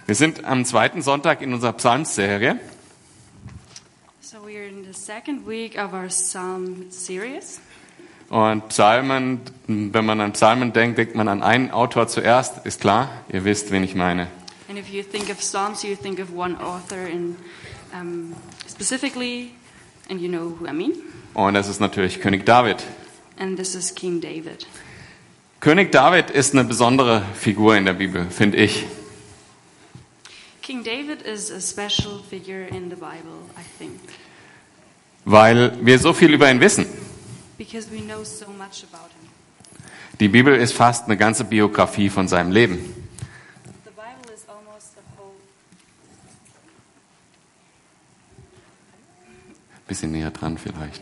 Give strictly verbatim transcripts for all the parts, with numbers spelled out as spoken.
Wir sind am zweiten Sonntag in unserer Psalmserie. So we are in the second week of our Psalm series. Und Psalmen, wenn man an Psalmen denkt, denkt man an einen Autor zuerst, ist klar, ihr wisst, wen ich meine. And if you think of Psalms, you think of one author in, um, specifically, and you know who I mean. Und das ist natürlich König David. And this is King David. König David ist eine besondere Figur in der Bibel, finde ich. King David is a special figure in the Bible, I think. Weil wir so viel über ihn wissen. Because we know so much about him. Die Bibel ist fast eine ganze Biografie von seinem Leben. The Bible is almost a whole... Bisschen näher dran vielleicht.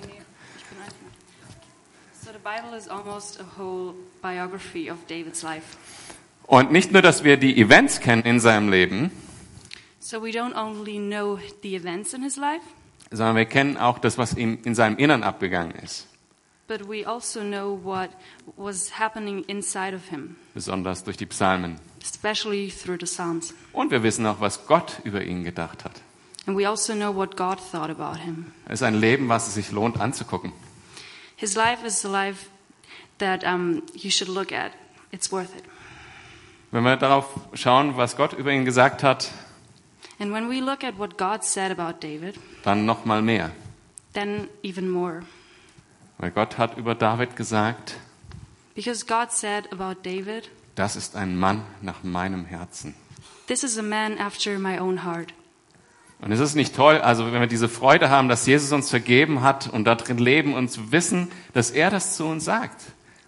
So the Bible is almost a whole biography of David's life. Und nicht nur, dass wir die Events kennen in seinem Leben, So we don't only know the events in his life, sondern wir kennen auch das, was ihm in seinem Innern abgegangen ist. but we also know what was happening inside of him, Besonders durch die Psalmen. especially through the Psalms. Und wir wissen auch, was Gott über ihn gedacht hat. And we also know what God thought about him. Es ist ein Leben, was es sich lohnt anzugucken. His life is a life that um, you should look at. It's worth it. Wenn wir darauf schauen, was Gott über ihn gesagt hat, And when we look at what God said about David, dann noch mal mehr. then even more. Weil Gott hat über David gesagt, Because God said about David, das ist ein Mann nach meinem Herzen. this is a man after my own heart. Und es ist nicht toll, also wenn wir diese Freude haben, dass Jesus uns vergeben hat und da drin leben und zu wissen, dass er das zu uns sagt.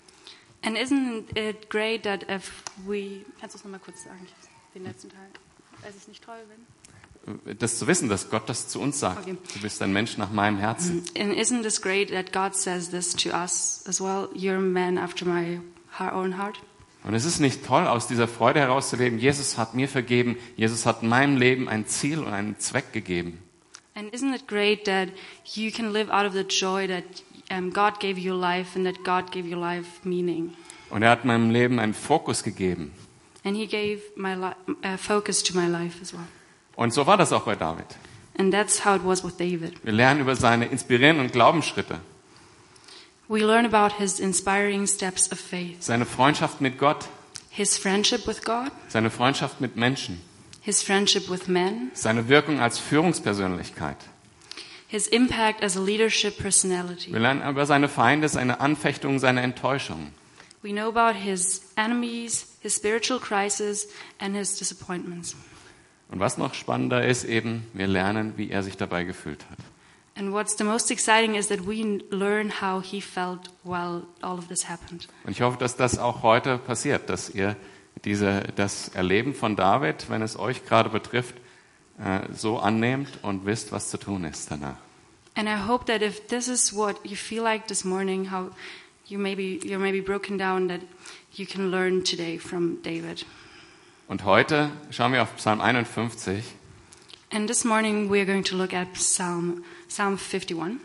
And isn't it great that if we... Kannst du es nochmal kurz sagen, den letzten Teil? Als ich nicht treu bin. Das zu wissen, dass Gott das zu uns sagt. Okay. Du bist ein Mensch nach meinem Herzen. And isn't this great that God says this to us as well? You're a man after my heart, own heart. Und es ist nicht toll, aus dieser Freude herauszuleben. Jesus hat mir vergeben. Jesus hat meinem Leben ein Ziel und einen Zweck gegeben. And isn't it great that you can live out of the joy that um, God gave you life and that God gave your life meaning? Und er hat meinem Leben einen Fokus gegeben. And He gave my li- uh, focus to my life as well. Und so war das auch bei David. And that's how it was with David. Wir lernen über seine inspirierenden Glaubensschritte, We learn about his inspiring steps of faith, seine Freundschaft mit Gott, his friendship with God, seine Freundschaft mit Menschen, his friendship with men, seine Wirkung als Führungspersönlichkeit. his impact as a leadership personality. Wir lernen über seine Feinde, seine Anfechtungen, seine Enttäuschungen. We know about his enemies, his spiritual crisis, and his disappointments. Und was noch spannender ist eben, wir lernen, wie er sich dabei gefühlt hat. And what's the most exciting is that we learn how he felt while all of this happened. Und ich hoffe, dass das auch heute passiert, dass ihr diese, das Erleben von David, wenn es euch gerade betrifft, äh, so annehmt und wisst, was zu tun ist danach. And I hope that if this is what you feel like this morning, how you maybe you're maybe broken down, that you can learn today from David. Und heute schauen wir auf Psalm einundfünfzig. And this morning we're going to look at Psalm Psalm fifty-one.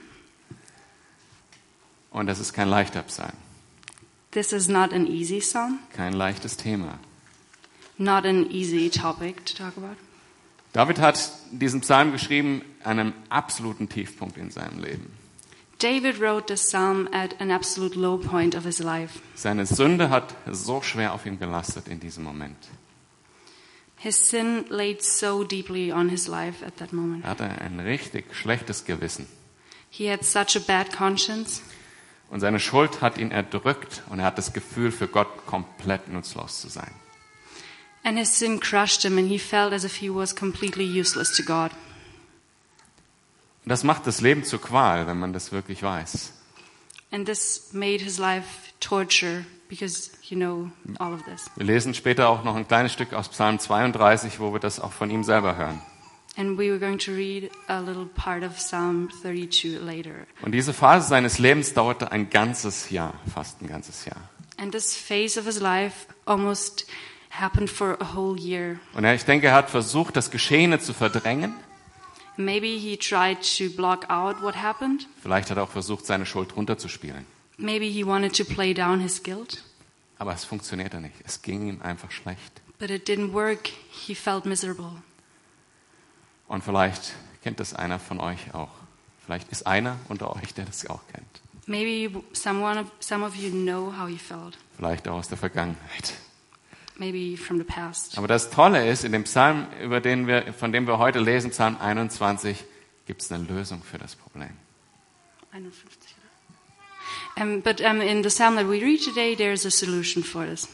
Und das ist kein leichter Psalm, This is not an easy psalm, kein leichtes Thema. not an easy topic to talk about. David hat diesen Psalm geschrieben an einem absoluten Tiefpunkt in seinem Leben. David wrote this psalm at an absolute low point of his life. Seine Sünde hat so schwer auf ihm gelastet in diesem Moment. His sin laid so deeply on his life at that moment. Er hatte ein richtig schlechtes Gewissen. He had such a bad conscience, Und seine Schuld hat ihn erdrückt und er hat das Gefühl, für Gott komplett nutzlos zu sein. and his sin crushed him, and he felt as if he was completely useless to God. Und das macht das Leben zur Qual, wenn man das wirklich weiß. And this made his life torture because you know all of this. Wir lesen später auch noch ein kleines Stück aus Psalm zweiunddreißig, wo wir das auch von ihm selber hören. And we were going to read a little part of Psalm thirty-two later. Und diese Phase seines Lebens dauerte ein ganzes Jahr, fast ein ganzes Jahr. And this phase of his life almost happened for a whole year. Und er, ich denke, er hat versucht, das Geschehene zu verdrängen. Maybe he tried to block out what happened. Vielleicht hat er auch versucht, seine Schuld runterzuspielen. Maybe he wanted to play down his guilt. Aber es funktionierte nicht. Es ging ihm einfach schlecht. But it didn't work. He felt miserable. Und vielleicht kennt das einer von euch auch. Vielleicht ist einer unter euch, der das auch kennt. Maybe someone of, some of you know how he felt. Vielleicht auch aus der Vergangenheit. Maybe from the past. Aber das Tolle ist, in dem Psalm, über den wir, von dem wir heute lesen, Psalm einundzwanzig, gibt es eine Lösung für das Problem. einundfünfzig. Um, but um, in the psalm that we read today, there's a solution for this.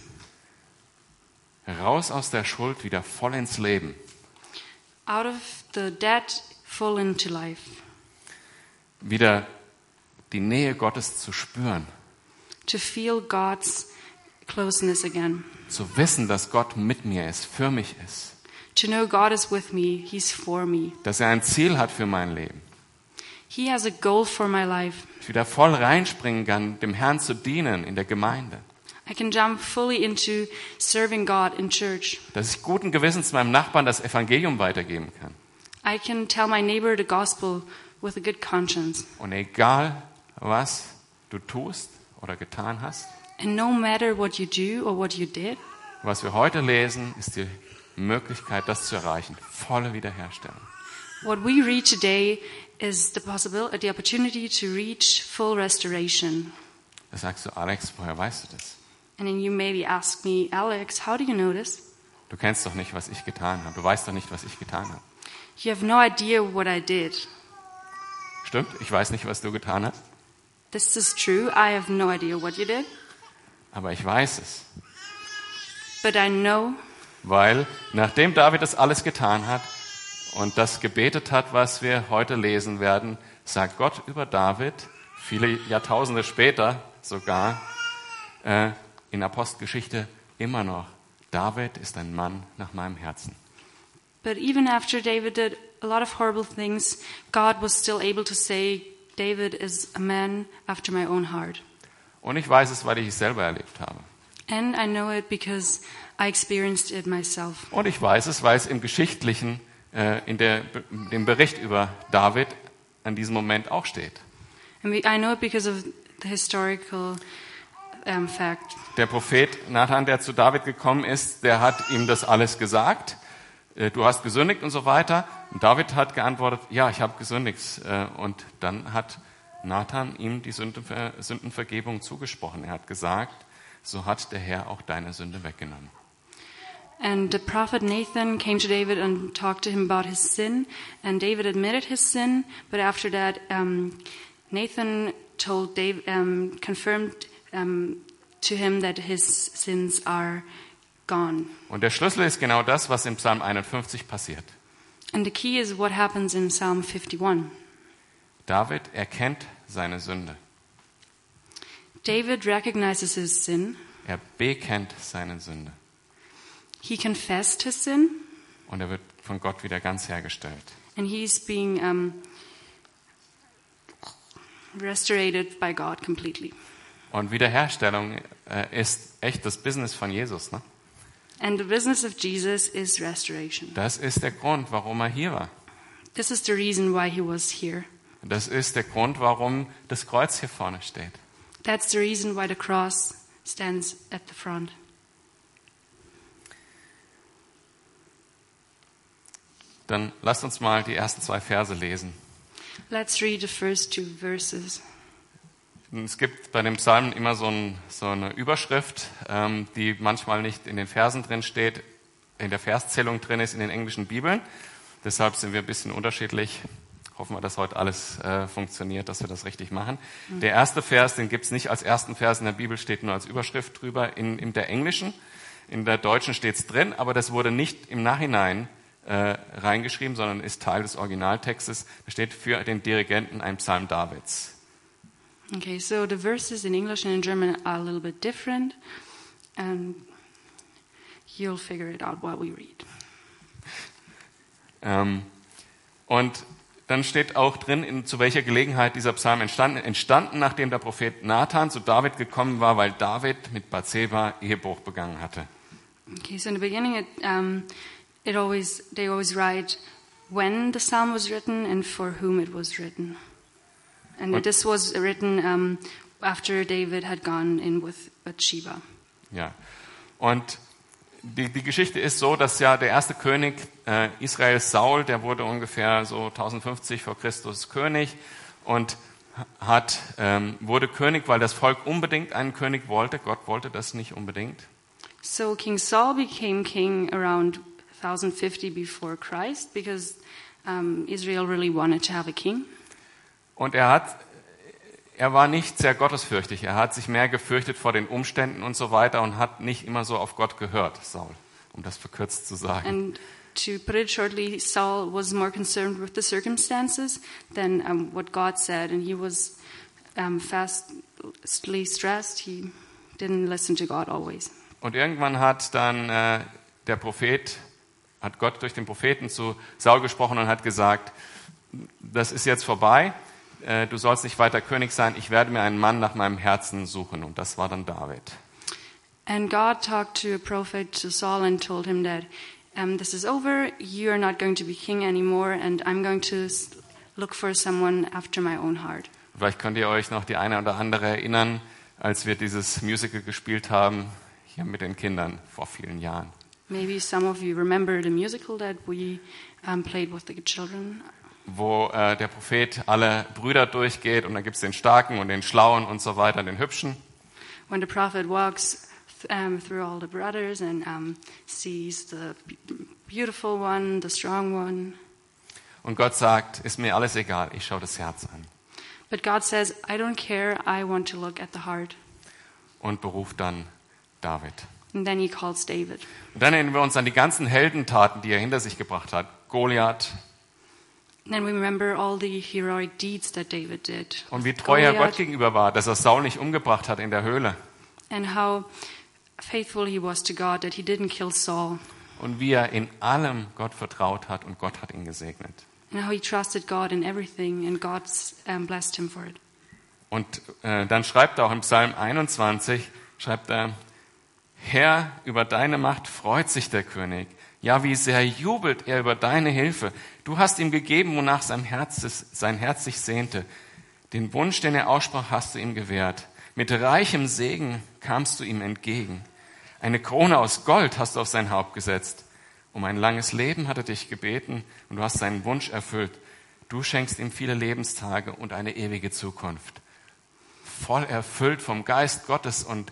Raus aus der Schuld, wieder voll ins Leben. Out of the dead, full into life. Wieder die Nähe Gottes zu spüren. To feel God's closeness again. Zu wissen, dass Gott mit mir ist, für mich ist. To know God is with me, He's for me. Dass er ein Ziel hat für mein Leben. He has a goal for my life. Ich wieder voll reinspringen kann, dem Herrn zu dienen in der Gemeinde. I can jump fully into serving God in church. Dass ich guten Gewissens meinem Nachbarn das Evangelium weitergeben kann. I can tell my neighbor the gospel with a good conscience. Und egal, was du tust oder getan hast, And no matter what you do or what you did, was wir heute lesen, ist die Möglichkeit, das zu erreichen. Volle Wiederherstellung. what we read today is the possibility, the opportunity to reach full restoration. Da sagst du, Alex, woher weißt du das? And then you maybe ask me, Alex, how do you know this? Du kennst doch nicht, was ich getan habe. Du weißt doch nicht, was ich getan habe. You have no idea what I did. Stimmt? Ich weiß nicht, was du getan hast. This is true. I have no idea what you did. Aber ich weiß es. But I know, Weil nachdem David das alles getan hat und das gebetet hat, was wir heute lesen werden, sagt Gott über David, viele Jahrtausende später sogar, äh, in Apostelgeschichte immer noch, David ist ein Mann nach meinem Herzen. but even after David did a lot of horrible things, God was still able to say, David is a man after my own heart. Und ich weiß es, weil ich es selber erlebt habe. And I know it because I experienced it myself. Und ich weiß es, weil es im Geschichtlichen, äh, in der, dem Bericht über David an diesem Moment auch steht. And we, I know it because of the historical um, fact. Der Prophet Nathan, der zu David gekommen ist, der hat ihm das alles gesagt. Äh, Du hast gesündigt und so weiter. Und David hat geantwortet, ja, ich habe gesündigt. Äh, Und dann hat Nathan ihm die Sündenver- Sündenvergebung zugesprochen. Er hat gesagt, so hat der Herr auch deine Sünde weggenommen. And the prophet Nathan came to David and talked to him about his sin. And David admitted his sin. But after that, um, Nathan told David, um, confirmed um, to him that his sins are gone. Und der Schlüssel ist genau das, was im Psalm einundfünfzig passiert. And the key is what happens in Psalm fifty-one. David erkennt seine Sünde. David recognizes his sin. Er bekennt seine Sünde. He confessed his sin. Und er wird von Gott wieder ganz hergestellt. And he's being um, restorated by God completely. Und Wiederherstellung äh, ist echt das Business von Jesus. Ne? And the business of Jesus is restoration. Das ist der Grund, warum er hier war. This is the reason why he was here. Das ist der Grund, warum das Kreuz hier vorne steht. That's the reason why the cross stands at the front. Dann lasst uns mal die ersten zwei Verse lesen. Let's read the first two verses. Es gibt bei dem Psalm immer so, ein, so eine Überschrift, ähm, die manchmal nicht in den Versen drin steht, in der Verszählung drin ist in den englischen Bibeln. Deshalb sind wir ein bisschen unterschiedlich. Hoffen wir, dass heute alles äh, funktioniert, dass wir das richtig machen. Mhm. Der erste Vers, den gibt es nicht als ersten Vers in der Bibel, steht nur als Überschrift drüber in, in der englischen. In der deutschen steht es drin, aber das wurde nicht im Nachhinein äh, reingeschrieben, sondern ist Teil des Originaltextes. Da steht für den Dirigenten ein Psalm Davids. Okay, so the verses in English and in German are a little bit different, and you'll figure it out while we read. Ähm, und dann steht auch drin, in, zu welcher Gelegenheit dieser Psalm entstanden, entstanden, nachdem der Prophet Nathan zu David gekommen war, weil David mit Bathseba Ehebruch begangen hatte. Okay, so in the beginning, it, um, it always they always write when the psalm was written and for whom it was written, and Und- this was written um, after David had gone in with Bathsheba. Ja. Und die, die Geschichte ist so, dass ja der erste König äh, Israels, Saul, der wurde ungefähr so tausendfünfzig vor Christus König und hat, ähm, wurde König, weil das Volk unbedingt einen König wollte. Gott wollte das nicht unbedingt. So King Saul became king around one thousand fifty before Christ because um, Israel really wanted to have a king. Und er hat, er war nicht sehr gottesfürchtig. Er hat sich mehr gefürchtet vor den Umständen und so weiter und hat nicht immer so auf Gott gehört, Saul, um das verkürzt zu sagen. And to put it shortly, Saul was more concerned with the circumstances than um, what God said, and he was um, fastly stressed. He didn't listen to God always. Und irgendwann hat dann äh, der Prophet, hat Gott durch den Propheten zu Saul gesprochen und hat gesagt, das ist jetzt vorbei, äh, du sollst nicht weiter König sein, ich werde mir einen Mann nach meinem Herzen suchen. Und das war dann David. And God talked to a prophet, to Saul, and told him that um, this is over, you are not going to be king anymore, and I'm going to s- look for someone after my own heart. Vielleicht könnt ihr euch noch die eine oder andere erinnern, als wir dieses Musical gespielt haben, hier mit den Kindern vor vielen Jahren. Maybe some of you remember the musical that we um, played with the children. Wo äh, der Prophet alle Brüder durchgeht und dann gibt es den Starken und den Schlauen und so weiter, den Hübschen. When the prophet walks th- um, through all the brothers and um, sees the b- beautiful one, the strong one. Und Gott sagt, ist mir alles egal, ich schaue das Herz an. But God says, I don't care, I want to look at the heart. Und beruft dann David. And then he calls David. Und dann erinnern wir uns an die ganzen Heldentaten, die er hinter sich gebracht hat. Goliath. And then we remember all the heroic deeds that David did. Und wie treu er Gott Goliath, gegenüber war, dass er Saul nicht umgebracht hat in der Höhle. and how faithful he was to God that he didn't kill Saul. Und wie er in allem Gott vertraut hat und Gott hat ihn gesegnet. And how he trusted God in everything and God um, blessed him for it. Und äh, dann schreibt er auch im Psalm einundzwanzig, schreibt er, Herr, über deine Macht freut sich der König. Ja, wie sehr jubelt er über deine Hilfe. Du hast ihm gegeben, wonach sein Herz, sein Herz sich sehnte. Den Wunsch, den er aussprach, hast du ihm gewährt. Mit reichem Segen kamst du ihm entgegen. Eine Krone aus Gold hast du auf sein Haupt gesetzt. Um ein langes Leben hat er dich gebeten und du hast seinen Wunsch erfüllt. Du schenkst ihm viele Lebenstage und eine ewige Zukunft. Voll erfüllt vom Geist Gottes und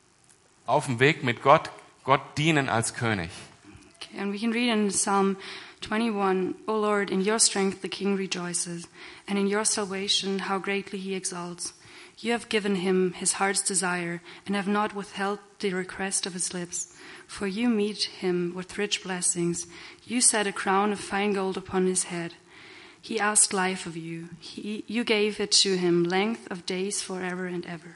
auf dem Weg mit Gott, Gott dienen als König. Okay, and we can read in Psalm twenty-one, O Lord, in your strength the king rejoices, and in your salvation how greatly he exalts. You have given him his heart's desire, and have not withheld the request of his lips. For you meet him with rich blessings. You set a crown of fine gold upon his head. He asked life of you. He, you gave it to him, length of days forever and ever.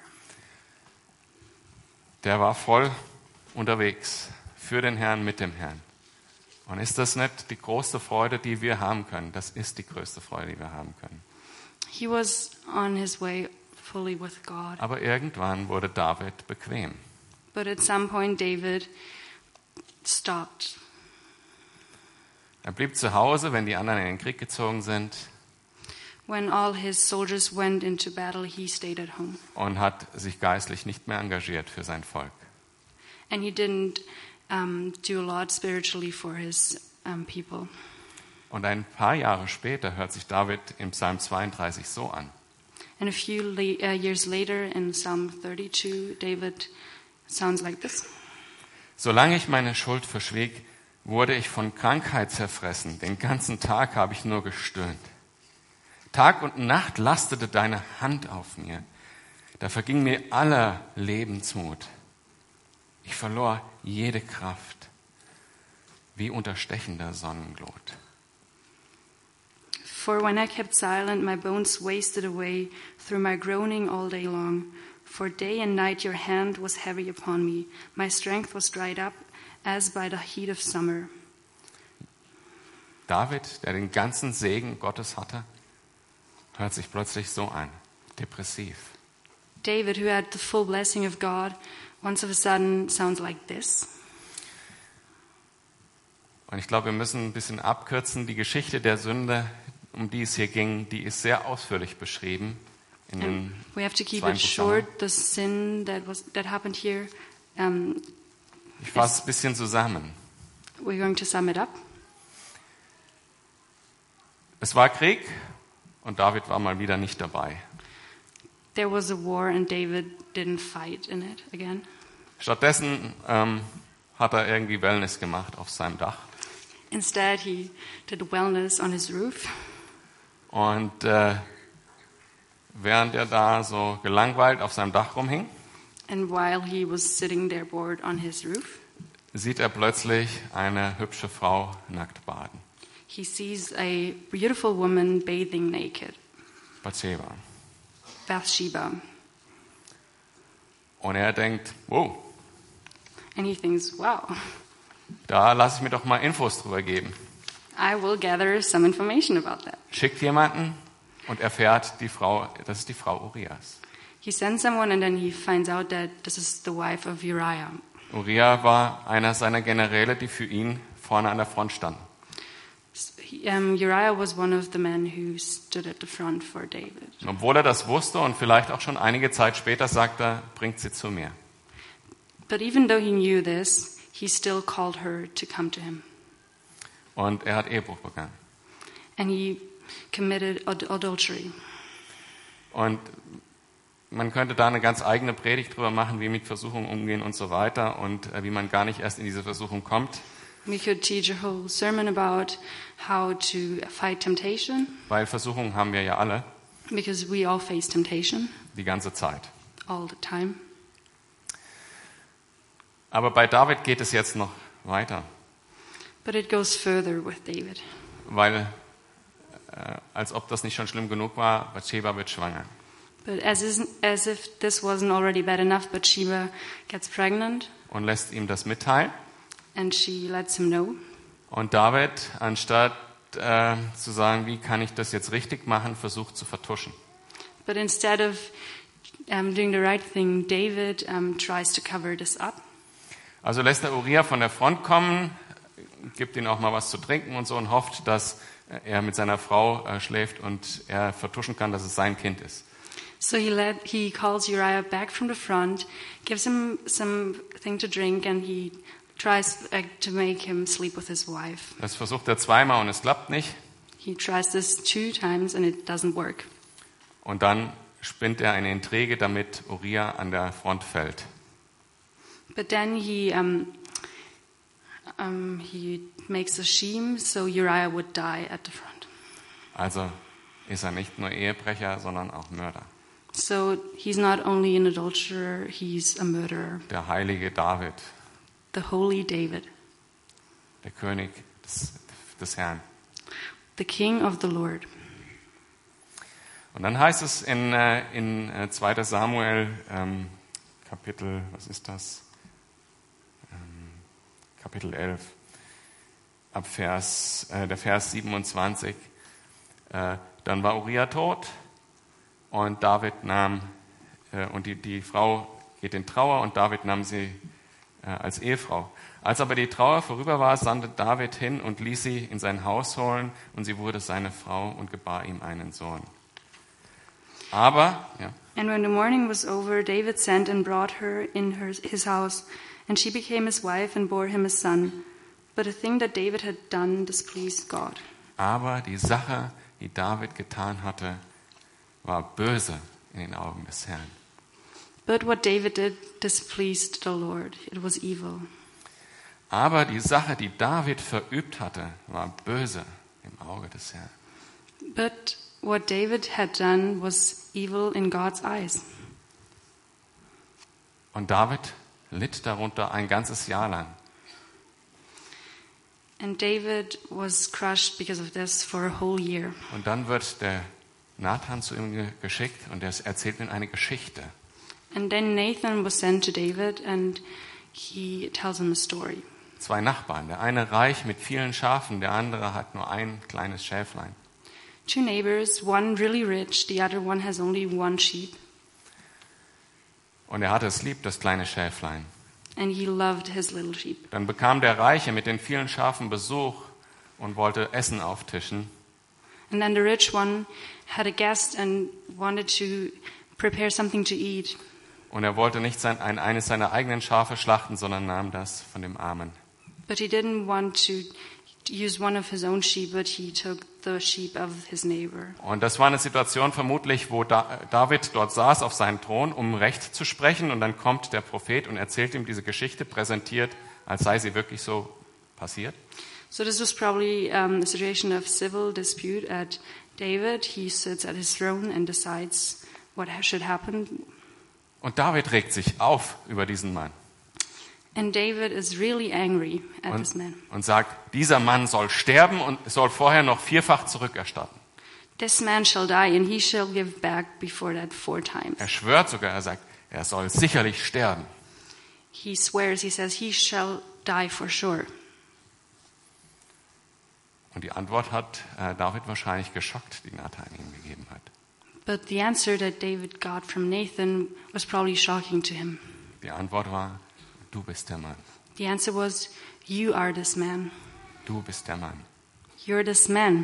Der war voll unterwegs für den Herrn, mit dem Herrn. Und ist das nicht die größte Freude, die wir haben können? Das ist die größte Freude, die wir haben können. He was on his way fully with God. Aber irgendwann wurde David bequem. But at some point David stopped. Er blieb zu Hause, wenn die anderen in den Krieg gezogen sind, When all his soldiers went into battle, he stayed at home. und hat sich geistlich nicht mehr engagiert für sein Volk. And he didn't um, do a lot spiritually for his um, people. Und ein paar Jahre später hört sich David im Psalm zweiunddreißig so an. And a few la- uh, years later, in Psalm thirty-two, David sounds like this. Solange ich meine Schuld verschwieg, wurde ich von Krankheit zerfressen. Den ganzen Tag habe ich nur gestöhnt. Tag und Nacht lastete deine Hand auf mir. Da verging mir aller Lebensmut. Ich verlor jede Kraft, wie unter stechender Sonnenglut. For when I kept silent, my bones wasted away through my groaning all day long. For day and night your hand was heavy upon me. My strength was dried up as by the heat of summer. David, der den ganzen Segen Gottes hatte, hört sich plötzlich so an, depressiv. David, who had the full blessing of God, once of a sudden sounds like this. Und ich glaube, wir müssen ein bisschen abkürzen. Die Geschichte der Sünde, um die es hier ging, die ist sehr ausführlich beschrieben in den And we have to keep zwei it Buch short. The sin that was that happened here um, Ich fasse es ein bisschen zusammen. We're going to sum it up. Es war Krieg und David war mal wieder nicht dabei. There was a war and David didn't fight in it again. Stattdessen ähm, hat er irgendwie Wellness gemacht auf seinem Dach. Instead, he did wellness on his roof. Und äh, während er da so gelangweilt auf seinem Dach rumhing, And while he was sitting there bored on his roof, sieht er plötzlich eine hübsche Frau nackt baden. he sees a beautiful woman bathing naked, Bathsheba. Bathsheba. Und er denkt, oh, And he thinks, wow, da lasse ich mir doch mal Infos drüber geben. I will gather some information about that. Schickt jemanden und erfährt, die Frau, das ist die Frau Urias. He sends someone and then he finds out that this is the wife of Uriah. Uriah war einer seiner Generäle, die für ihn vorne an der Front standen. He, um, Uriah was one of the men who stood at the front for David. Und obwohl er das wusste und vielleicht auch schon einige Zeit später, sagt er, bringt sie zu mir. But even though he knew this, he still called her to come to him. Und er hat Ehebruch begangen. And he committed ad- adultery. Und man könnte da eine ganz eigene Predigt drüber machen, wie mit Versuchungen umgehen und so weiter und äh, wie man gar nicht erst in diese Versuchung kommt. We could teach a whole sermon about how to fight temptation, Weil Versuchungen haben wir ja alle, because we all face temptation die ganze Zeit. all the time. Aber bei David geht es jetzt noch weiter, But it goes further with David. weil, äh, als ob das nicht schon schlimm genug war, Bathsheba wird schwanger. But as, is, as if this wasn't already bad enough, Bathsheba gets pregnant Und lässt ihm das mitteilen. and she lets him know. Und David, anstatt äh, zu sagen, wie kann ich das jetzt richtig machen, versucht zu vertuschen. But instead of um, doing the right thing, David um, tries to cover this up. Also lässt er Uriah von der Front kommen, gibt ihm auch mal was zu trinken und so und hofft, dass er mit seiner Frau äh, schläft und er vertuschen kann, dass es sein Kind ist. So he let he calls Uriah back from the front, gives him something to drink, and he tries uh, to make him sleep with his wife. Das versucht er zweimal und es klappt nicht. He tries this two times and it doesn't work. Und dann spinnt er eine Intrige, damit Uriah an der Front fällt. But then he um, um, he makes a scheme so Uriah would die at the front. Also ist er nicht nur Ehebrecher, sondern auch Mörder. So he's not only an adulterer, he's a murderer. Der heilige David, The holy David, der König des, des Herrn. the king of the Lord. Und dann heißt es in, äh, in äh, zweiter Samuel, ähm, Kapitel, was ist das? Ähm, Kapitel elf, ab Vers, äh, der Vers siebenundzwanzig. Äh, dann war Uriah tot und David nahm, äh, und die, die Frau geht in Trauer und David nahm sie äh, als Ehefrau. Als aber die Trauer vorüber war, sandte David hin und ließ sie in sein Haus holen und sie wurde seine Frau und gebar ihm einen Sohn. Aber, ja, And when the mourning was over, David sent and brought her in her, his house, and she became his wife and bore him a son. But a thing that David had done displeased God. aber die Sache, die David getan hatte, war böse in den Augen des Herrn. But what David did displeased the Lord. It was evil. Aber die Sache, die David verübt hatte, war böse im Auge des Herrn. But what David had done was evil in God's eyes. Und David litt darunter ein ganzes Jahr lang. And David was crushed because of this for a whole year. Und dann wird der Nathan zu ihm ge- geschickt und er erzählt ihm eine Geschichte. And then Nathan was sent to David and he tells him a story. Zwei Nachbarn, der eine reich mit vielen Schafen, der andere hat nur ein kleines Schäflein. Two neighbors, one really rich, the other one has only one sheep. Und er hatte es lieb, das kleine Schäflein. And he loved his little sheep. Dann bekam der Reiche mit den vielen Schafen Besuch und wollte Essen auftischen. And then the rich one had a guest and wanted to prepare something to eat. Und er wollte nicht sein, ein, eines seiner eigenen Schafe schlachten, sondern nahm das von dem Armen. But he didn't want to use one of his own sheep, but he took the sheep of his neighbor. Und das war eine Situation vermutlich, wo da, David dort saß auf seinem Thron, um Recht zu sprechen. Und dann kommt der Prophet und erzählt ihm diese Geschichte, präsentiert, als sei sie wirklich so passiert. So this was probably um, a situation of civil dispute at David. He sits at his throne and decides what should happen. Und David regt sich auf über diesen Mann. And David is really angry at this man. Und, und sagt, dieser Mann soll sterben und soll vorher noch vierfach zurückerstatten. This man shall die and he shall give back before that four times. Er schwört sogar, er sagt, er soll sicherlich sterben. He swears, he says, he shall die for sure. Und die Antwort hat äh, David wahrscheinlich geschockt, die Nathan ihm gegeben hat. But the answer that David got from Nathan was probably shocking to him. Die Antwort war, du bist der Mann. The answer was, you are this man. Du bist der Mann. You're this man.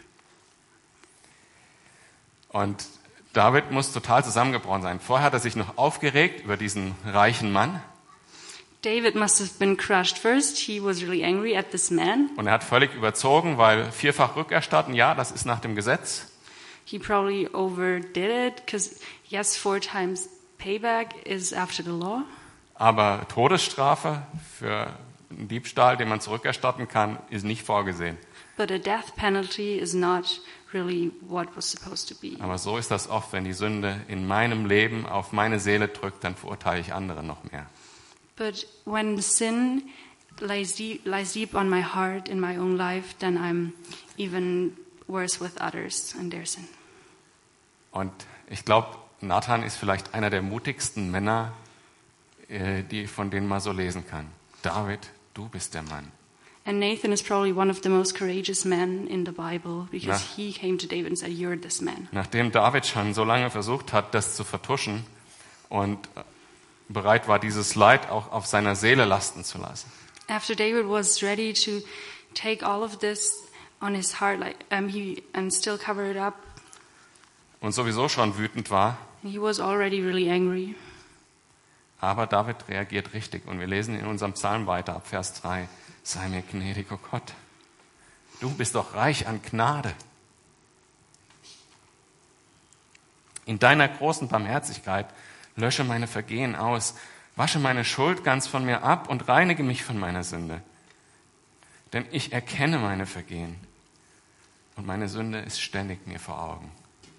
Und David muss total zusammengebrochen sein. Vorher hat er sich noch aufgeregt über diesen reichen Mann. David must have been crushed first. He was really angry at this man. Und er hat völlig überzogen, weil vierfach rückerstatten, ja, das ist nach dem Gesetz. He probably overdid it because, yes, four times payback is after the law. Aber Todesstrafe für einen Diebstahl, den man zurückerstatten kann, ist nicht vorgesehen. But a death penalty is not really what was supposed to be. Aber so ist das oft, wenn die Sünde in meinem Leben auf meine Seele drückt, dann verurteile ich andere noch mehr. But when sin lies deep, lies deep on my heart in my own life, then I'm even worse with others and their sin. Und ich glaube, Nathan ist vielleicht einer der mutigsten Männer, die, von denen man so lesen kann. David, du bist der Mann. And Nathan is probably one of the most courageous men in the Bible because Na, he came to David and said, "You're this man." Nachdem David schon so lange versucht hat, das zu vertuschen und bereit war, dieses Leid auch auf seiner Seele lasten zu lassen. After David was ready to take all of this on his heart, like um, he and still cover it up, Und sowieso schon wütend war, he was already really angry. aber David reagiert richtig. Und wir lesen in unserem Psalm weiter ab Vers drei. Sei mir gnädig, oh Gott. Du bist doch reich an Gnade. In deiner großen Barmherzigkeit lösche meine Vergehen aus, wasche meine Schuld ganz von mir ab und reinige mich von meiner Sünde. Denn ich erkenne meine Vergehen und meine Sünde ist ständig mir vor Augen.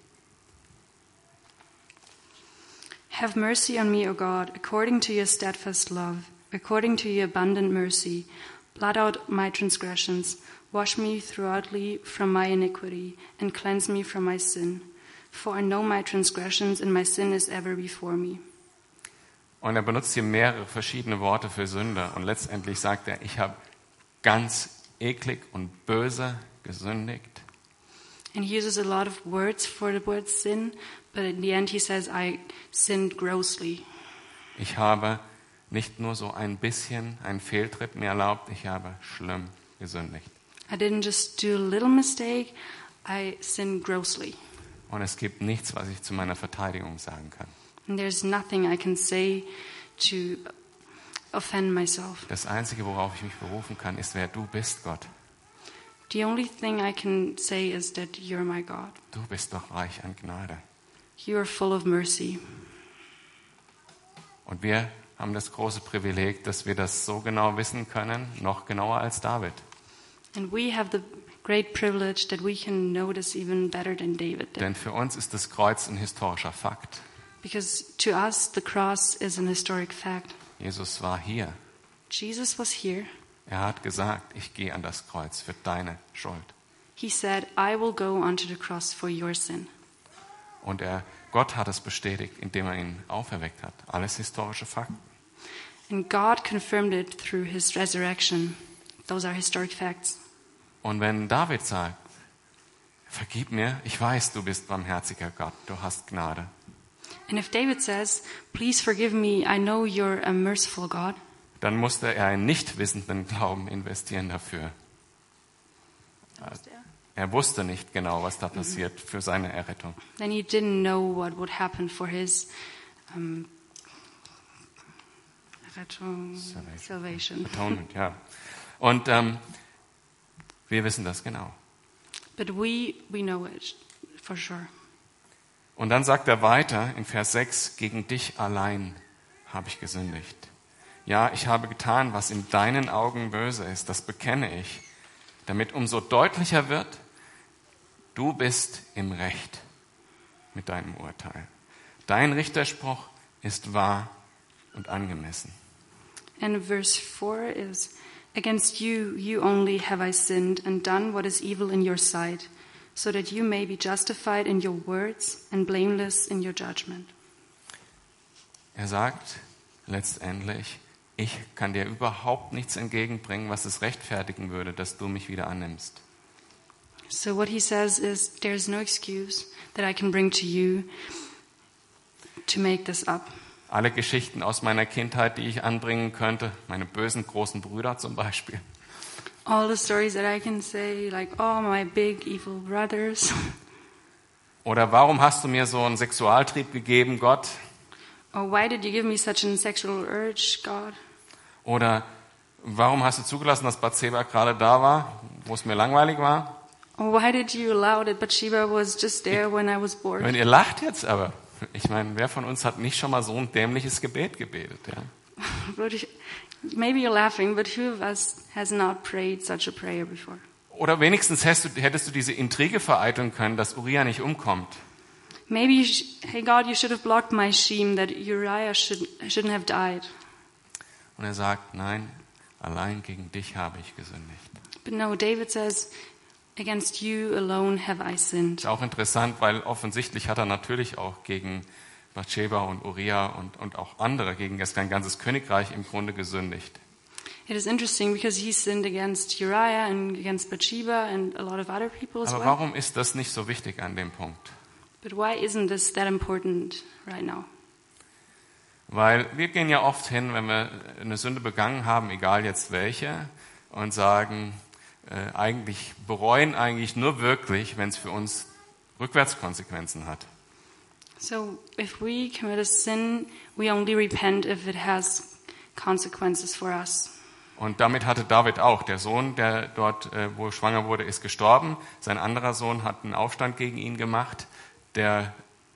Have mercy on me, O God, according to your steadfast love, according to your abundant mercy. Blot out my transgressions, wash me thoroughly from my iniquity, and cleanse me from my sin. For I know my transgressions, and my sin is ever before me. Und er benutzt hier mehrere verschiedene Worte für Sünde. Und letztendlich sagt er, ich habe ganz eklig und böse gesündigt. And he uses a lot of words for the word sin, but in the end he says, I sinned grossly. Ich habe nicht nur so ein bisschen einen Fehltritt mir erlaubt, ich habe schlimm gesündigt. I didn't just do a little mistake, I sinned grossly. Und es gibt nichts, was ich zu meiner Verteidigung sagen kann. And there's nothing I can say to offend myself. Das Einzige, worauf ich mich berufen kann, ist, wer du bist, Gott. The only thing I can say is that you're my God. Du bist doch reich an Gnade. You are full of mercy. Und wir haben das große Privileg, dass wir das so genau wissen können, noch genauer als David. And we have the great privilege that we can know this even better than David did. Denn für uns ist das Kreuz ein historischer Fakt. Because to us, the cross is an historic fact. Jesus war hier. Jesus was here. Er hat gesagt, ich gehe an das Kreuz für deine Schuld. He said, I will go onto the cross for your sin. Und er, Gott hat es bestätigt, indem er ihn auferweckt hat. Alles historische Fakten. And God confirmed it through his resurrection. Those are historic facts. Und wenn David sagt, vergib mir, ich weiß, du bist barmherziger Gott, du hast Gnade. And if David says, please forgive me, I know you're a merciful God, dann musste er einen nicht wissenden Glauben investieren dafür. Er wusste nicht genau, was da passiert für seine Errettung. Then he didn't know what would happen for his um, Rettung, Salvation. Atonement, ja. Und ähm, wir wissen das genau. But we, we know it for sure. Und dann sagt er weiter in Vers sechs, gegen dich allein habe ich gesündigt. Ja, ich habe getan, was in deinen Augen böse ist, das bekenne ich, damit umso deutlicher wird, du bist im Recht mit deinem Urteil. Dein Richterspruch ist wahr und angemessen. And verse four is, against you, you only have I sinned and done what is evil in your sight, so that you may be justified in your words and blameless in your judgment. Er sagt letztendlich, ich kann dir überhaupt nichts entgegenbringen, was es rechtfertigen würde, dass du mich wieder annimmst. So what he says is, there's no excuse that I can bring to you to make this up. Alle Geschichten aus meiner Kindheit, die ich anbringen könnte, meine bösen großen Brüder zum Beispiel. All the stories that I can say, like, oh, my big evil brothers. Oder warum hast du mir so einen Sexualtrieb gegeben, Gott? Or why did you give me such a sexual urge, God? Oder warum hast du zugelassen, dass Bathseba gerade da war, wo es mir langweilig war? Or why did you allow that Bathsheba was just there when I was bored? Wenn ihr lacht jetzt aber. Ich meine, wer von uns hat nicht schon mal so ein dämliches Gebet gebetet? Ja? But maybe you're laughing, but who of us has not prayed such a prayer before? Oder wenigstens hättest du, hättest du diese Intrige vereiteln können, dass Uriah nicht umkommt. Maybe, you sh- hey God, you should have blocked my shame that Uriah should, shouldn't have died. Und er sagt, nein, allein gegen dich habe ich gesündigt. But no, David says, against you alone have I sinned. Ist auch interessant, weil offensichtlich hat er natürlich auch gegen Bathsheba und Uriah und, und auch andere, gegen das ein ganzes Königreich im Grunde gesündigt. It is interesting because he sinned against Uriah and against Bathsheba and a lot of other people as Aber well. warum ist das nicht so wichtig an dem Punkt? But why isn't this that important right now? Weil wir gehen ja oft hin, wenn wir eine Sünde begangen haben, egal jetzt welche, und sagen, äh, eigentlich bereuen eigentlich nur wirklich, wenn es für uns Rückwärtskonsequenzen hat. So if we commit a sin, we only repent if it has consequences for us. Und damit hatte David auch. Der Sohn, der dort, äh, wo er schwanger wurde, ist gestorben. Sein anderer Sohn hat einen Aufstand gegen ihn gemacht. Der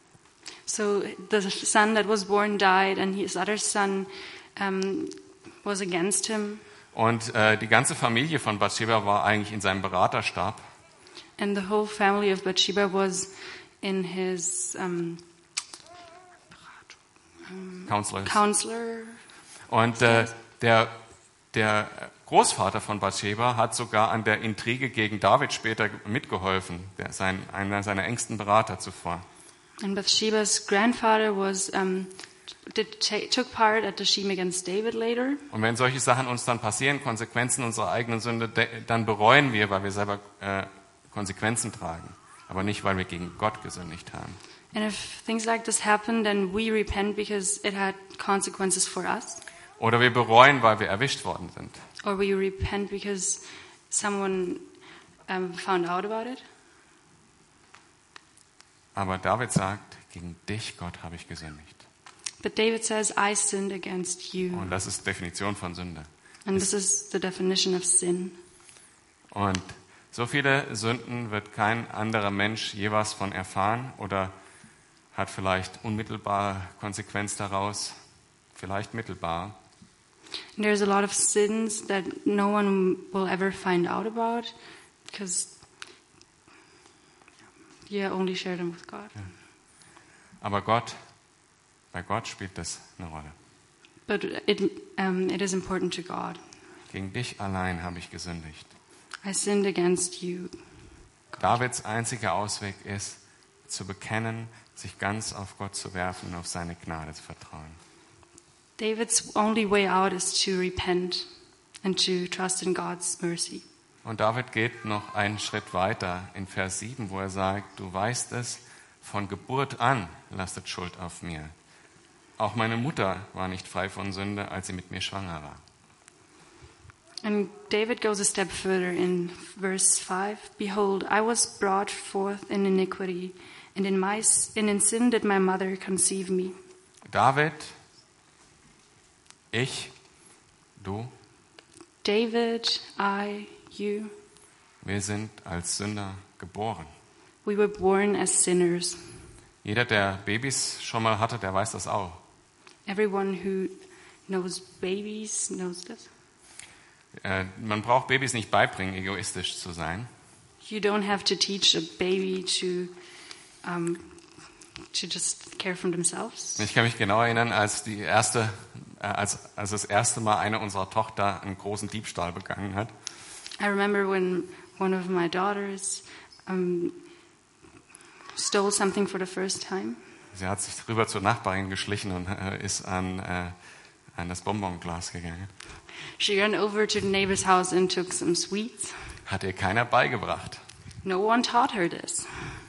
So the son that was born died, and his other son um, was against him. Und äh, die ganze Familie von Bathsheba war eigentlich in seinem Beraterstab. And the whole family of Bathsheba was in his um, Counselors. counselor. Und äh, der, der Großvater von Bathsheba hat sogar an der Intrige gegen David später mitgeholfen, der, sein, einer seiner engsten Berater zuvor. And Bathsheba's grandfather was um, did, ta- took part at the scheme against David later. Und wenn solche Sachen uns dann passieren, Konsequenzen unserer eigenen Sünde, de, dann bereuen wir, weil wir selber äh, Konsequenzen tragen, aber nicht, weil wir gegen Gott gesündigt haben. And if things like this happen, then we repent because it had consequences for us. Oder wir bereuen, weil wir erwischt worden sind. Or we repent because someone um, found out about it. Aber David sagt, gegen dich, Gott, habe ich gesündigt. But David says, I sinned against you. Und das ist Definition von Sünde. And this is the definition of sin. Und so viele Sünden wird kein anderer Mensch je was von erfahren oder hat vielleicht unmittelbare Konsequenz daraus, vielleicht mittelbar. And there's a lot of sins that no one will ever find out about because you only share them with God. Ja. Aber Gott, bei Gott spielt das eine Rolle. But it, um, it is important to God. Gegen dich allein habe ich gesündigt. I sinned against you. Davids einziger Ausweg ist, zu bekennen, sich ganz auf Gott zu werfen und auf seine Gnade zu vertrauen. David's only way out is to repent and to trust in God's mercy. Und David geht noch einen Schritt weiter in Vers sieben, wo er sagt, du weißt es, von Geburt an lastet Schuld auf mir. Auch meine Mutter war nicht frei von Sünde, als sie mit mir schwanger war. And David goes a step further in verse five. Behold, I was brought forth in iniquity, and in my and in sin did my mother conceive me. David Ich, du, David, I, you, wir sind als Sünder geboren. we were born as sinners. Jeder, der Babys schon mal hatte, der weiß das auch. Everyone who knows babies knows this. Äh, man braucht Babys nicht beibringen, egoistisch zu sein. You don't have to teach a baby to um, to just care for themselves. Ich kann mich genau erinnern, als die erste, äh, als, als das erste Mal eine unserer Tochter einen großen Diebstahl begangen hat. I remember when one of my daughters um, stole something for the first time. Sie hat sich rüber zur Nachbarin geschlichen und äh, ist an, äh, an das Bonbonglas gegangen. She ran over to the neighbor's house and took some sweets. Hat ihr keiner beigebracht. No one taught her this.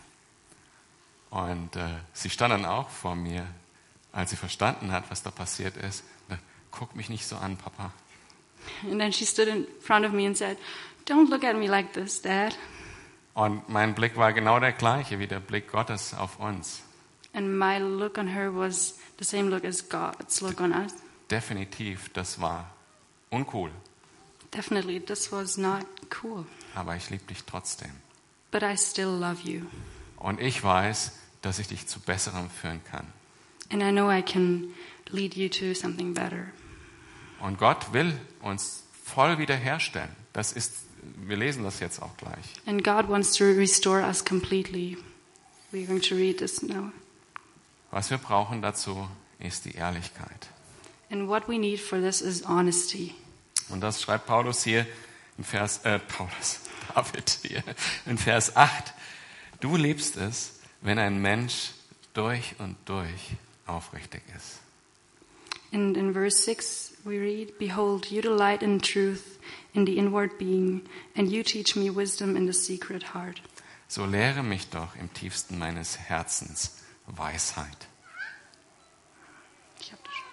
Und äh, sie stand dann auch vor mir, als sie verstanden hat, was da passiert ist. Da, guck mich nicht so an, Papa. And then she stood in front of me and said, "Don't look at me like this, Dad." Und mein Blick war genau der gleiche wie der Blick Gottes auf uns. And my look on her was the same look as God's look on us. Definitiv, das war uncool. Definitely, this was not cool. Aber ich liebe dich trotzdem. But I still love you. Und ich weiß, dass ich dich zu Besserem führen kann. And I know I can lead you to something better. Und Gott will uns voll wiederherstellen. Das ist, wir lesen das jetzt auch gleich. And God wants to restore us completely. We're going to read this now. Was wir brauchen dazu, ist die Ehrlichkeit. And what we need for this is honesty. Und das schreibt Paulus hier in Vers, äh, Paulus, David hier in Vers acht. Du liebst es, wenn ein Mensch durch und durch aufrichtig ist. And in verse six we read, "Behold, you delight in truth in the inward being, and you teach me wisdom in the secret heart." So lehre mich doch im tiefsten meines Herzens Weisheit. Ich hab das schon.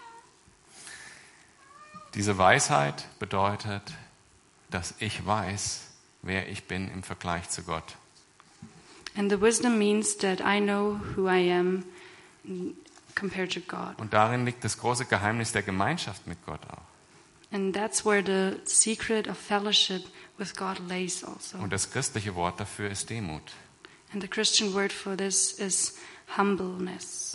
Diese Weisheit bedeutet, dass ich weiß, wer ich bin im Vergleich zu Gott. And the wisdom means that I know who I am compared to God. Und darin liegt das große Geheimnis der Gemeinschaft mit Gott auch. And that's where the secret of fellowship with God lays also. Und das christliche Wort dafür ist Demut. And the Christian word for this is humbleness.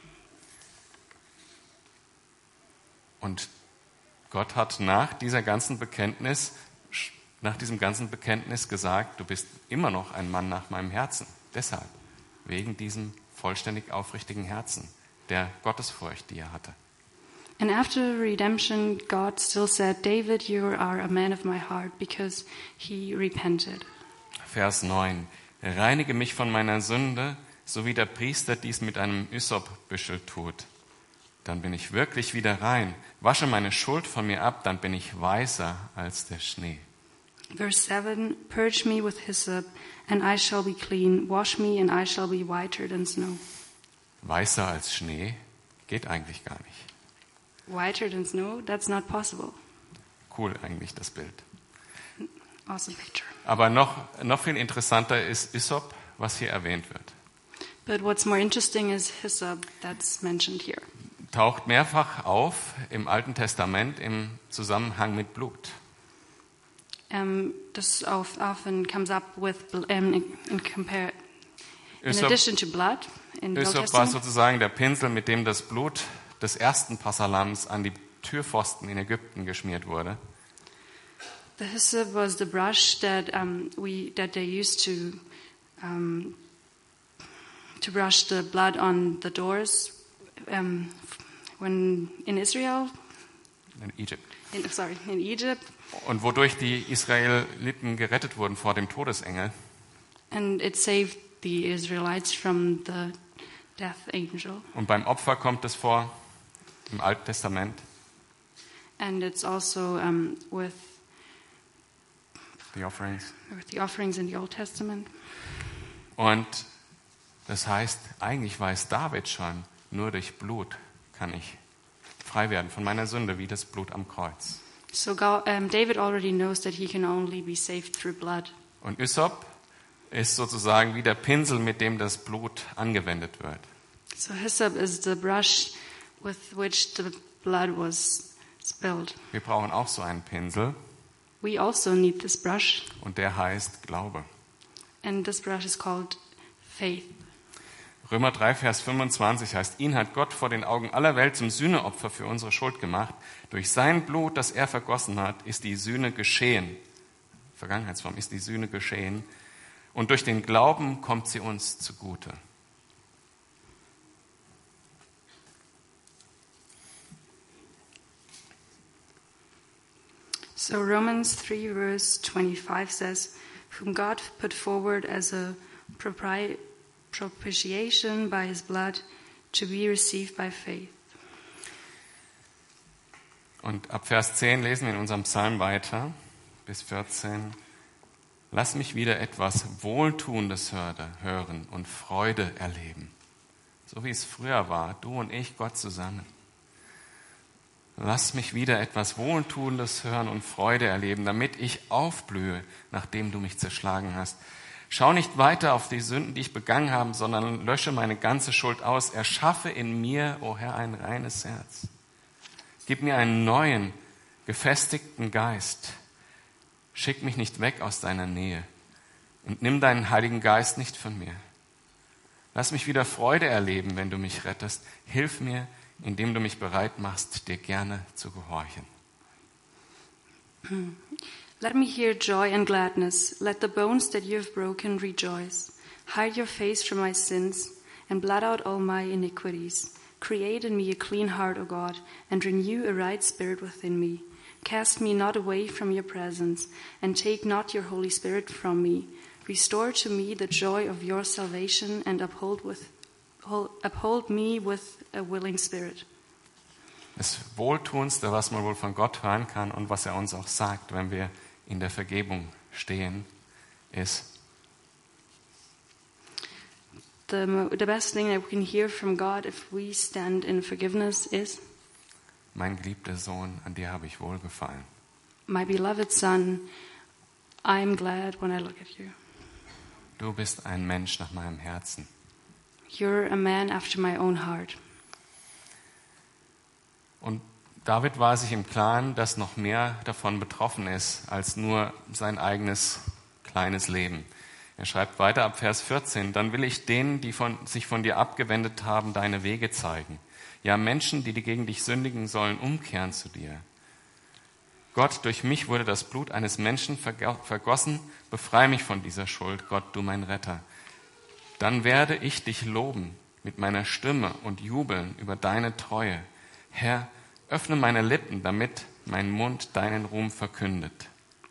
Und Gott hat nach dieser ganzen Bekenntnis, nach diesem ganzen Bekenntnis gesagt, du bist immer noch ein Mann nach meinem Herzen. Deshalb, wegen diesem vollständig aufrichtigen Herzen, der Gottesfurcht, die er hatte. And after redemption, God still said, "David, you are a man of my heart," because he repented. Vers neun. Reinige mich von meiner Sünde, so wie der Priester dies mit einem Ysopbüschel tut. Dann bin ich wirklich wieder rein. Wasche meine Schuld von mir ab, dann bin ich weißer als der Schnee. Verse seven, "Purge me with hyssop, and I shall be clean. Wash me, and I shall be whiter than snow." Weißer als Schnee geht eigentlich gar nicht. Whiter than snow? That's not possible. Cool eigentlich das Bild. Awesome picture. Aber noch, noch viel interessanter ist Ysop, was hier erwähnt wird. But what's more interesting is hyssop that's mentioned here. Taucht mehrfach auf im Alten Testament im Zusammenhang mit Blut. Um, this of- often comes up with bl- um, in, in compare in Ysop, addition to blood in the Old Ysop war Testament. sozusagen der Pinsel, mit dem das Blut des ersten Passalams an die Türpfosten in Ägypten geschmiert wurde. The hyssop was the brush that um, we that they used to um, to brush the blood on the doors um, when in Israel. In Egypt. In, sorry, in Egypt, Und wodurch die Israeliten gerettet wurden vor dem Todesengel. and it saved the Israelites from the death angel. Und beim Opfer kommt es vor im Alten Testament. And it's also um, with Die Offerings. with the offerings in the Old Testament. Und das heißt, eigentlich weiß David schon, nur durch Blut kann ich frei werden von meiner Sünde, wie das Blut am Kreuz. So God, um, David already knows that he can only be saved through blood. Und Ysop ist sozusagen wie der Pinsel, mit dem das Blut angewendet wird. So hyssop is the brush with which the blood was spilled. Wir brauchen auch so einen Pinsel We also need this brush, und der heißt Glaube. and this brush is called faith. Römer drei, Vers fünfundzwanzig heißt, ihn hat Gott vor den Augen aller Welt zum Sühneopfer für unsere Schuld gemacht. Durch sein Blut, das er vergossen hat, ist die Sühne geschehen. Vergangenheitsform ist die Sühne geschehen. Und durch den Glauben kommt sie uns zugute. So Romans three verse twenty-five says, whom God put forward as a propri- propitiation by his blood to be received by faith. Und ab Vers zehn lesen wir in unserem Psalm weiter, bis vierzehn. Lass mich wieder etwas Wohltuendes hören und Freude erleben. So wie es früher war, du und ich, Gott zusammen. Lass mich wieder etwas Wohltuendes hören und Freude erleben, damit ich aufblühe, nachdem du mich zerschlagen hast. Schau nicht weiter auf die Sünden, die ich begangen habe, sondern lösche meine ganze Schuld aus. Erschaffe in mir, o Herr, ein reines Herz. Gib mir einen neuen, gefestigten Geist. Schick mich nicht weg aus deiner Nähe und nimm deinen Heiligen Geist nicht von mir. Lass mich wieder Freude erleben, wenn du mich rettest. Hilf mir, indem du mich bereit machst, dir gerne zu gehorchen. Let me hear joy and gladness. Let the bones that you have broken rejoice. Hide your face from my sins and blot out all my iniquities. Create in me a clean heart, O God, and renew a right spirit within me. Cast me not away from your presence, and take not your Holy Spirit from me. Restore to me the joy of your salvation, and uphold with uphold me with a willing spirit. Das Wohltuendste, was man wohl von Gott hören kann und was er uns auch sagt, wenn wir in der Vergebung stehen, ist: The, the best thing that we can hear from God if we stand in forgiveness is, Mein geliebter Sohn, an dir habe ich wohlgefallen. my beloved son, I'm glad when I look at you. Du bist ein Mensch nach meinem Herzen. You're a man after my own heart. Und David war sich im Klaren, dass noch mehr davon betroffen ist, als nur sein eigenes kleines Leben. Er schreibt weiter ab Vers vierzehn, dann will ich denen, die von, sich von dir abgewendet haben, deine Wege zeigen. Ja, Menschen, die gegen dich sündigen, sollen umkehren zu dir. Gott, durch mich wurde das Blut eines Menschen vergossen. Befreie mich von dieser Schuld, Gott, du mein Retter. Dann werde ich dich loben mit meiner Stimme und jubeln über deine Treue. Herr, öffne meine Lippen, damit mein Mund deinen Ruhm verkündet.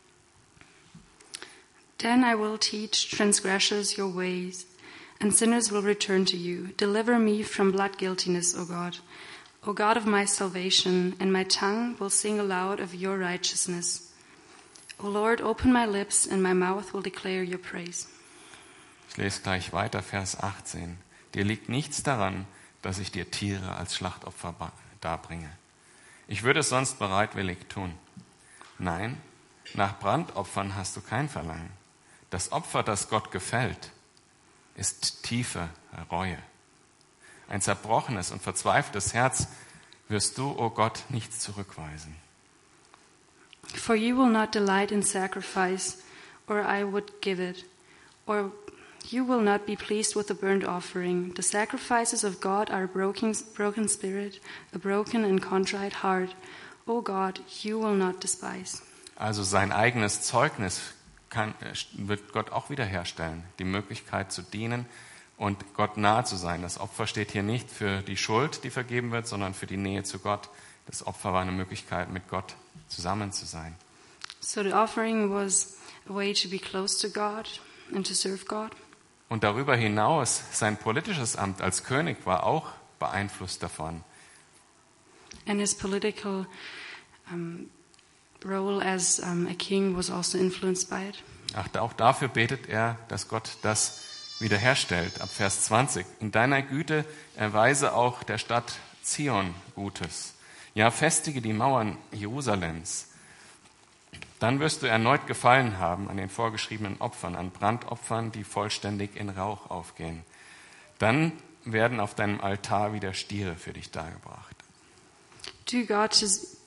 Then I will teach transgressors your ways, and sinners will return to you. Deliver me from blood guiltiness, O God. O God of my salvation, and my tongue will sing aloud of your righteousness. O Lord, open my lips, and my mouth will declare your praise. Ich lese gleich weiter, Vers achtzehn. Dir liegt nichts daran, dass ich dir Tiere als Schlachtopfer darbringe. Ich würde es sonst bereitwillig tun. Nein, nach Brandopfern hast du kein Verlangen. Das Opfer, das Gott gefällt, ist tiefe Reue. Ein zerbrochenes und verzweifeltes Herz wirst du, o Gott, nicht zurückweisen. For you will not delight in sacrifice, or I would give it, or you will not be pleased with a burnt offering. The sacrifices of God are a broken, broken spirit, a broken and contrite heart. O God, you will not despise. Also sein eigenes Zeugnis kann, wird Gott auch wiederherstellen. Die Möglichkeit zu dienen und Gott nahe zu sein. Das Opfer steht hier nicht für die Schuld, die vergeben wird, sondern für die Nähe zu Gott. Das Opfer war eine Möglichkeit, mit Gott zusammen zu sein. So the offering was a way to be close to God and to serve God. Und darüber hinaus, sein politisches Amt als König war auch beeinflusst davon. And his political um, role as um, a king was also influenced by it. Ach, auch dafür betet er, dass Gott das wiederherstellt. Ab Vers zwanzig. In deiner Güte erweise auch der Stadt Zion Gutes. Ja, festige die Mauern Jerusalems. Dann wirst du erneut Gefallen haben an den vorgeschriebenen Opfern, an Brandopfern, die vollständig in Rauch aufgehen. Dann werden auf deinem Altar wieder Stiere für dich dargebracht. Do God to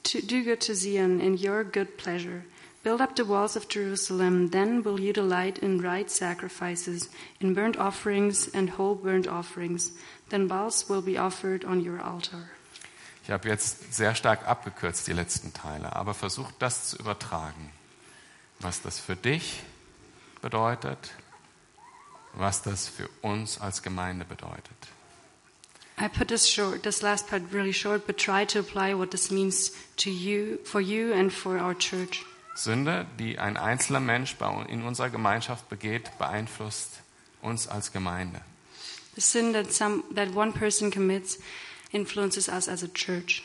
to do good to Zion in your good pleasure. Build up the walls of Jerusalem, then will you delight in right sacrifices, in burnt offerings and whole burnt offerings. Then bulls will be offered on your altar. Ich habe jetzt sehr stark abgekürzt die letzten Teile, aber versucht das zu übertragen, was das für dich bedeutet, was das für uns als Gemeinde bedeutet. I put this short, this last part really short, but try to apply what this means to you, for you and for our church. Sünde, die ein einzelner Mensch in unserer Gemeinschaft begeht, beeinflusst uns als Gemeinde. The sin that some that one person commits influences us as a church.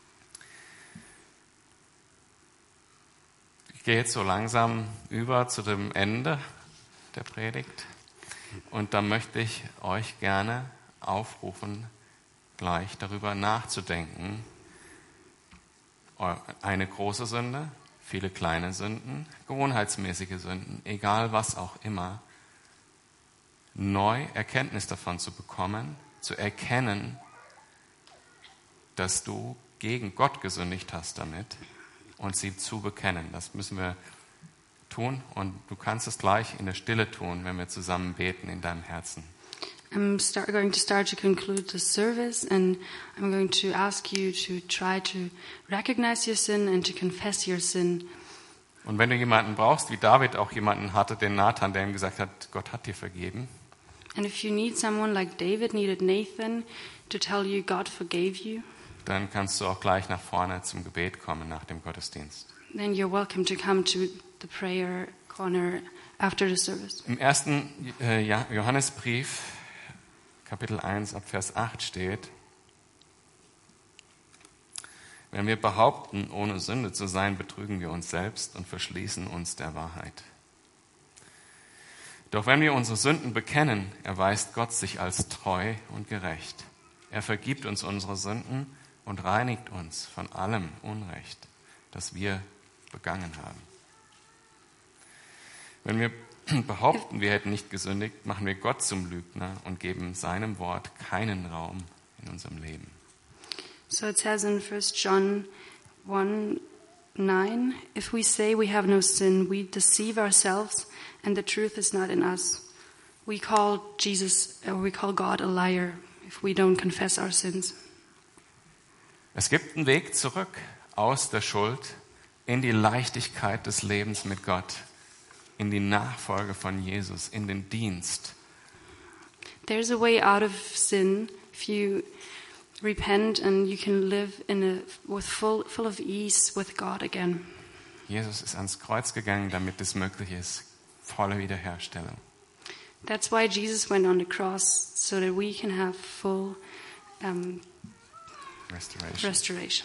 Ich gehe jetzt so langsam über zu dem Ende der Predigt und da möchte ich euch gerne aufrufen, gleich darüber nachzudenken. Eine große Sünde, viele kleine Sünden, gewohnheitsmäßige Sünden, egal was auch immer, neu Erkenntnis davon zu bekommen, zu erkennen, dass du gegen Gott gesündigt hast damit und sie zu bekennen. Das müssen wir tun und du kannst es gleich in der Stille tun, wenn wir zusammen beten in deinem Herzen. I'm start, going to start to conclude the service, and I'm going to ask you to try to recognize your sin and to confess your sin. Und wenn du jemanden brauchst, wie David auch jemanden hatte, den Nathan, der ihm gesagt hat, Gott hat dir vergeben. And if you need someone like David needed Nathan to tell you God forgave you, dann kannst du auch gleich nach vorne zum Gebet kommen nach dem Gottesdienst. then you're welcome to come to the prayer corner after the service. Im ersten äh, Johannesbrief, Kapitel eins, ab Vers acht steht, wenn wir behaupten, ohne Sünde zu sein, betrügen wir uns selbst und verschließen uns der Wahrheit. Doch wenn wir unsere Sünden bekennen, erweist Gott sich als treu und gerecht. Er vergibt uns unsere Sünden und reinigt uns von allem Unrecht, das wir begangen haben. Wenn wir behaupten, wir hätten nicht gesündigt, machen wir Gott zum Lügner und geben seinem Wort keinen Raum in unserem Leben. So it says in First John one nine, if we say we have no sin, we deceive ourselves and the truth is not in us. We call Jesus, or we call God a liar if we don't confess our sins. Es gibt einen Weg zurück aus der Schuld in die Leichtigkeit des Lebens mit Gott, in die Nachfolge von Jesus, in den Dienst. There's a way out of sin if you repent and you can live in a with full full of ease with God again. Jesus ist ans Kreuz gegangen, damit es möglich ist, volle Wiederherstellung. That's why Jesus went on the cross, so that we can have full um, Restoration. restoration.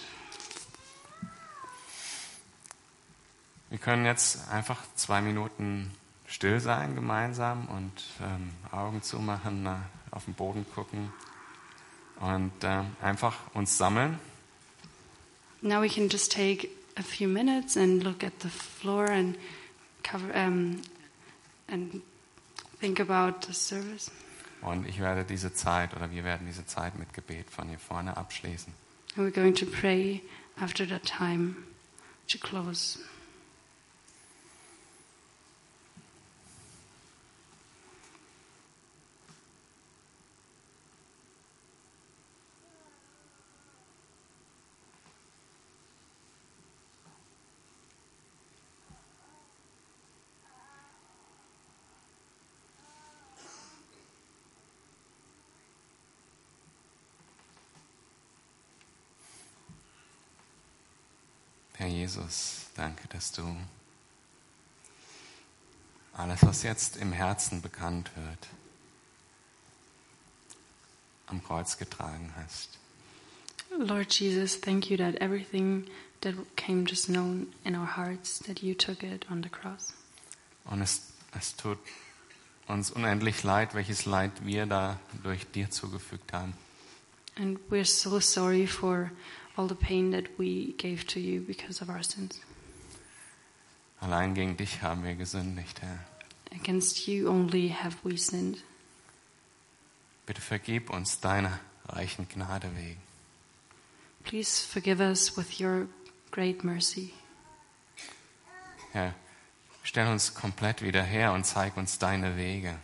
Wir können jetzt einfach zwei Minuten still sein gemeinsam und ähm, Augen zumachen, na, auf den Boden gucken und äh, einfach uns sammeln. Now we can just take a few minutes and look at the floor and cover um, and think about the service. Und ich werde diese Zeit oder wir werden diese Zeit mit Gebet von hier vorne abschließen. And we're going to pray after that time to close. Herr Jesus, danke, dass du alles, was jetzt im Herzen bekannt wird, am Kreuz getragen hast. Lord Jesus, thank you that everything that came just known in our hearts, that you took it on the cross. Und es, es tut uns unendlich leid, welches Leid wir da durch dir zugefügt haben. And we're so sorry for all the pain that we gave to you because of our sins. Allein gegen dich haben wir gesündigt, Herr. Against you only have we sinned. Bitte vergib uns deiner reichen Gnade wegen. Please forgive us with your great mercy. Herr, stell uns komplett wieder her und zeig uns deine Wege.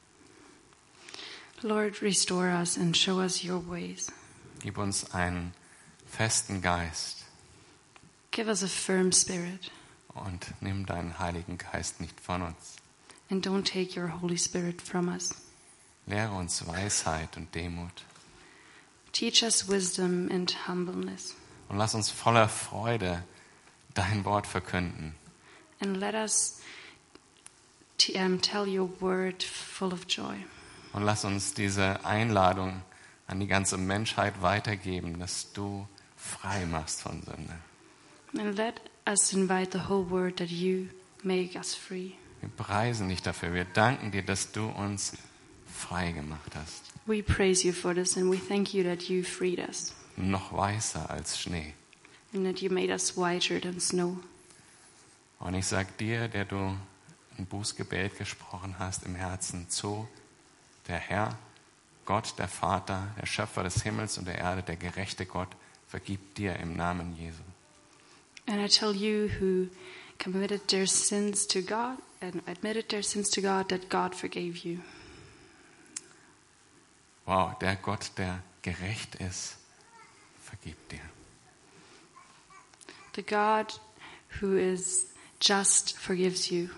Lord, restore us and show us your ways. Gib uns einen festen Geist Give us a firm spirit und nimm deinen Heiligen Geist nicht von uns. and don't take your Holy Spirit from us. Lehre uns Weisheit und Demut Teach us wisdom and humbleness, und lass uns voller Freude dein Wort verkünden. and let us t- um, tell your word full of joy. Und lass uns diese Einladung an die ganze Menschheit weitergeben, dass du frei machst von Sünde. And let us invite the whole world that you make us free. Wir preisen dich dafür. Wir danken dir, dass du uns frei gemacht hast. We praise you for this, and we thank you that you freed us Noch weißer als Schnee. and that you made us whiter than snow. Und ich sag dir, der du ein Bußgebet gesprochen hast im Herzen zu, der Herr, Gott, der Vater, der Schöpfer des Himmels und der Erde, der gerechte Gott, vergibt dir im Namen Jesu. And I tell you who committed their sins to God and admitted their sins to God, that God forgave you. Wow, der Gott, der gerecht ist, vergibt dir. The God who is just forgives you.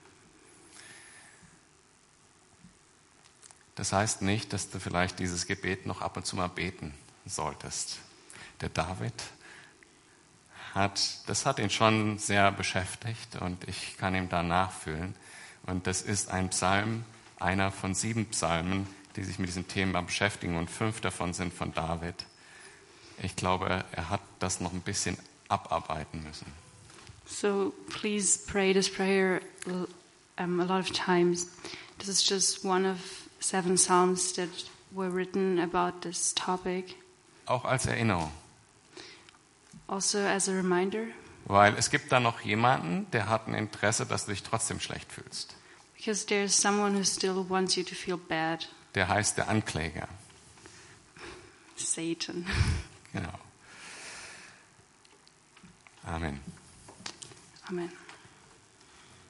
Das heißt nicht, dass du vielleicht dieses Gebet noch ab und zu mal beten solltest. Der David hat, das hat ihn schon sehr beschäftigt und ich kann ihm da nachfühlen. Und das ist ein Psalm, einer von sieben Psalmen, die sich mit diesem Thema beschäftigen und fünf davon sind von David. Ich glaube, er hat das noch ein bisschen abarbeiten müssen. So please pray this prayer um, a lot of times. This is just one of seven psalms that were written about this topic. Auch als Erinnerung. Also as a reminder, Weil es gibt da noch jemanden, der hat ein Interesse, dass du dich trotzdem schlecht fühlst. because there's someone who still wants you to feel bad. Der heißt der Ankläger. Satan. Genau. Amen. Amen.